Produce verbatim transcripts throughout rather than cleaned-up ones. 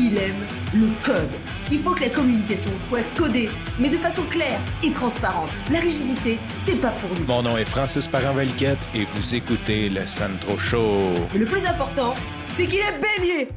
il aime le code. Il faut que la communication soit codée, mais de façon claire et transparente. La rigidité, c'est pas pour nous. Mon nom est Francis Parent-Valquette et vous écoutez le Sandro Show. Mais le plus important, c'est qu'il est bélier.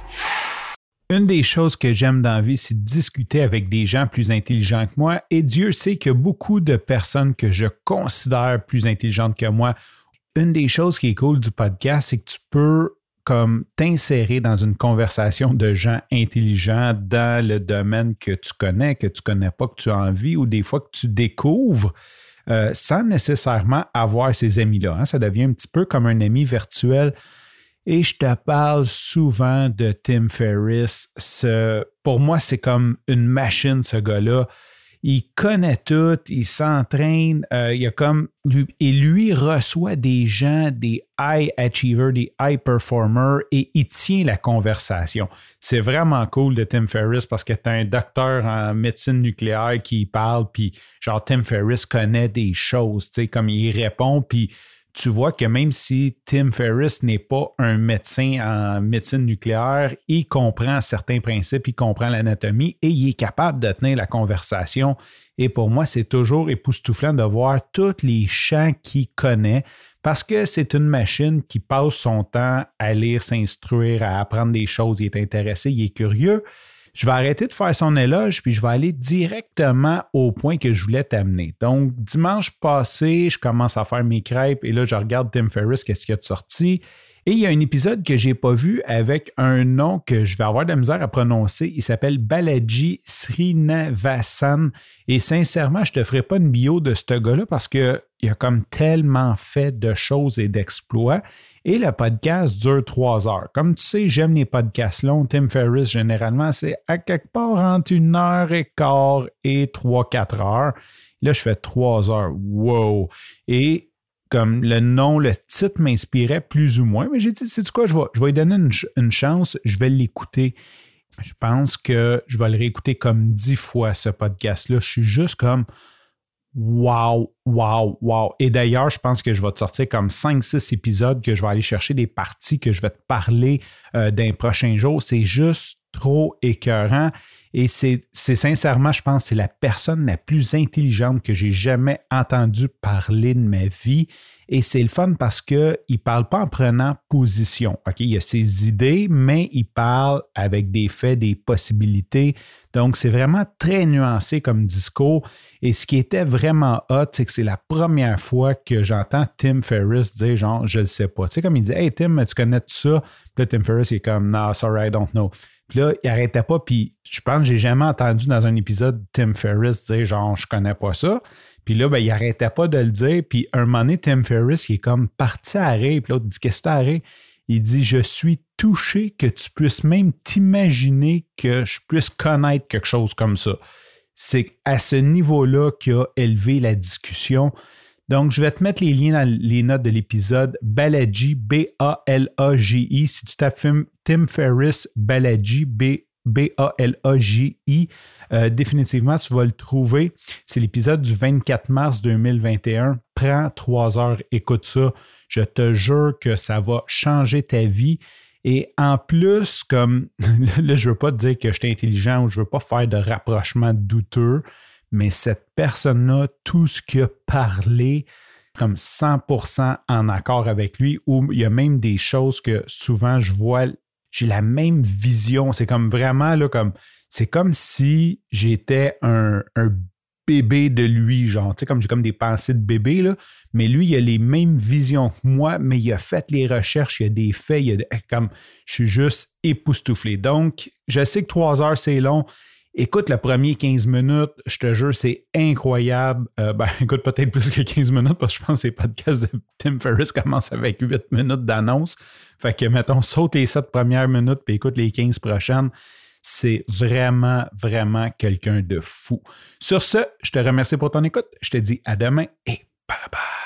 Une des choses que j'aime dans la vie, c'est de discuter avec des gens plus intelligents que moi. Et Dieu sait que beaucoup de personnes que je considère plus intelligentes que moi. Une des choses qui est cool du podcast, c'est que tu peux comme t'insérer dans une conversation de gens intelligents dans le domaine que tu connais, que tu ne connais pas, que tu as envie, ou des fois que tu découvres euh, sans nécessairement avoir ces amis-là. Hein. Ça devient un petit peu comme un ami virtuel. Et je te parle souvent de Tim Ferriss. Ce, pour moi, c'est comme une machine, ce gars-là. Il connaît tout, il s'entraîne, euh, il a comme, et lui reçoit des gens, des high achievers, des high performers, et il tient la conversation. C'est vraiment cool de Tim Ferriss parce que tu as un docteur en médecine nucléaire qui parle, puis genre Tim Ferriss connaît des choses, tu sais, comme il répond, puis tu vois que même si Tim Ferriss n'est pas un médecin en médecine nucléaire, il comprend certains principes, il comprend l'anatomie et il est capable de tenir la conversation. Et pour moi, c'est toujours époustouflant de voir tous les champs qu'il connaît parce que c'est une machine qui passe son temps à lire, s'instruire, à apprendre des choses. Il est intéressé, il est curieux. Je vais arrêter de faire son éloge, puis je vais aller directement au point que je voulais t'amener. Donc, dimanche passé, je commence à faire mes crêpes et là, je regarde Tim Ferriss, qu'est-ce qu'il y a de sorti. Et il y a un épisode que je n'ai pas vu avec un nom que je vais avoir de la misère à prononcer. Il s'appelle Balaji Srinivasan. Et sincèrement, je ne te ferai pas une bio de ce gars-là parce qu'il a comme tellement fait de choses et d'exploits. Et le podcast dure trois heures. Comme tu sais, j'aime les podcasts longs. Tim Ferriss, généralement, c'est à quelque part entre une heure et quart et trois, quatre heures. Là, je fais trois heures. Wow! Et comme le nom, le titre m'inspirait plus ou moins, mais j'ai dit, sais-tu quoi, je vais, je vais lui donner une, une chance, je vais l'écouter. Je pense que je vais le réécouter comme dix fois, ce podcast-là. Je suis juste comme wow, wow, wow. Et d'ailleurs, je pense que je vais te sortir comme cinq six épisodes que je vais aller chercher des parties que je vais te parler euh, d'un prochain jour. C'est juste trop écœurant. Et c'est, c'est sincèrement, je pense, c'est la personne la plus intelligente que j'ai jamais entendue parler de ma vie. Et c'est le fun parce qu'il ne parle pas en prenant position. Okay? Il a ses idées, mais il parle avec des faits, des possibilités. Donc, c'est vraiment très nuancé comme discours. Et ce qui était vraiment hot, c'est que c'est la première fois que j'entends Tim Ferriss dire genre, je ne le sais pas. Tu sais, comme il dit, hey Tim, tu connais tout ça? Puis là, Tim Ferriss, il est comme, no, sorry, I don't know. Puis là, il n'arrêtait pas. Puis je pense que j'ai jamais entendu dans un épisode Tim Ferriss dire genre, je connais pas ça. Puis là, ben, il n'arrêtait pas de le dire. Puis un moment donné, Tim Ferriss, il est comme parti à arrêt. Puis l'autre dit, qu'est-ce que t'as arrêt? Il dit, je suis touché que tu puisses même t'imaginer que je puisse connaître quelque chose comme ça. C'est à ce niveau-là qu'il a élevé la discussion. Donc, je vais te mettre les liens dans les notes de l'épisode. Balaji, B A L A G I. Si tu tapes Tim Ferriss, Balaji, B A L A G I, euh, définitivement, tu vas le trouver. C'est l'épisode du vingt-quatre mars deux mille vingt et un. Prends trois heures, écoute ça. Je te jure que ça va changer ta vie. Et en plus, comme là, je ne veux pas te dire que je suis intelligent ou je ne veux pas faire de rapprochement douteux, mais cette personne-là, tout ce qu'il a parlé, comme cent pour cent en accord avec lui, ou il y a même des choses que souvent je vois, j'ai la même vision. C'est comme vraiment, là, comme c'est comme si j'étais un, un bébé de lui, genre, tu sais, comme j'ai comme des pensées de bébé, là, mais lui, il a les mêmes visions que moi, mais il a fait les recherches, il y a des faits, il y a comme, je suis juste époustouflé. Donc, je sais que trois heures, c'est long. Écoute le premier quinze minutes, je te jure, c'est incroyable. Euh, ben, écoute peut-être plus que quinze minutes parce que je pense que les podcasts de Tim Ferriss commencent avec huit minutes d'annonce. Fait que, mettons, saute les sept premières minutes puis écoute les quinze prochaines. C'est vraiment, vraiment quelqu'un de fou. Sur ce, je te remercie pour ton écoute. Je te dis à demain et bye bye.